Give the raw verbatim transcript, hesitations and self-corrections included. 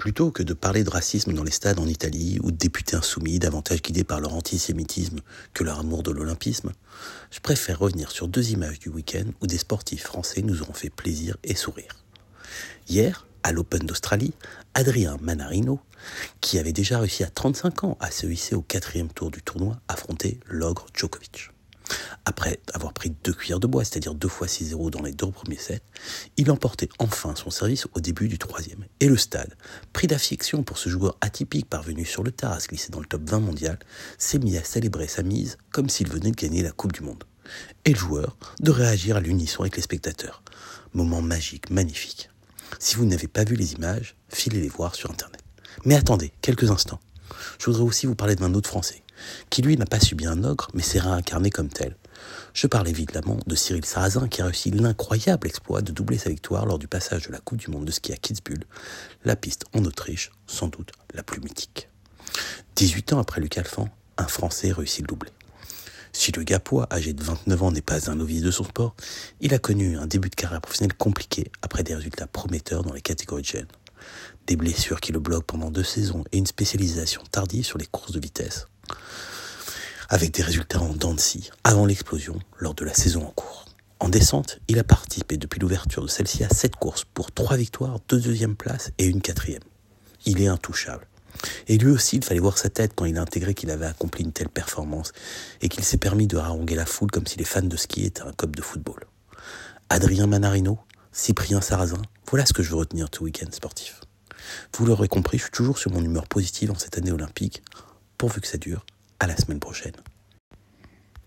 Plutôt que de parler de racisme dans les stades en Italie ou de députés insoumis davantage guidés par leur antisémitisme que leur amour de l'olympisme, je préfère revenir sur deux images du week-end où des sportifs français nous auront fait plaisir et sourire. Hier, à l'Open d'Australie, Adrien Manarino, qui avait déjà réussi à trente-cinq ans à se hisser au quatrième tour du tournoi, affrontait l'ogre Djokovic. Après avoir pris deux cuillères de bois, c'est-à-dire deux fois six zéro dans les deux premiers sets, il emportait enfin son service au début du troisième. Et le stade, pris d'affection pour ce joueur atypique parvenu sur le tard à se glisser dans le top vingt mondial, s'est mis à célébrer sa mise comme s'il venait de gagner la Coupe du Monde. Et le joueur de réagir à l'unisson avec les spectateurs. Moment magique, magnifique. Si vous n'avez pas vu les images, filez les voir sur Internet. Mais attendez, quelques instants. Je voudrais aussi vous parler d'un autre Français, qui lui n'a pas subi un ogre, mais s'est réincarné comme tel. Je parle évidemment de Cyril Sarrazin, qui a réussi l'incroyable exploit de doubler sa victoire lors du passage de la Coupe du Monde de ski à Kitzbühel, la piste en Autriche, sans doute la plus mythique. dix-huit ans après Luc Alphand, un Français réussit le doublé. Si le Gapois, âgé de vingt-neuf ans, n'est pas un novice de son sport, il a connu un début de carrière professionnelle compliqué après des résultats prometteurs dans les catégories de jeunes. Des blessures qui le bloquent pendant deux saisons et une spécialisation tardive sur les courses de vitesse, avec des résultats en dents de scie avant l'explosion lors de la saison en cours. En descente, il a participé depuis l'ouverture de celle-ci à sept courses pour trois victoires, deux deuxièmes places et une quatrième. Il est intouchable. Et lui aussi, il fallait voir sa tête quand il a intégré qu'il avait accompli une telle performance et qu'il s'est permis de haranguer la foule comme si les fans de ski étaient un club de football. Adrien Manarino, Cyprien Sarrazin, voilà ce que je veux retenir de ce week-end sportif. Vous l'aurez compris, je suis toujours sur mon humeur positive en cette année olympique, pourvu que ça dure. À la semaine prochaine.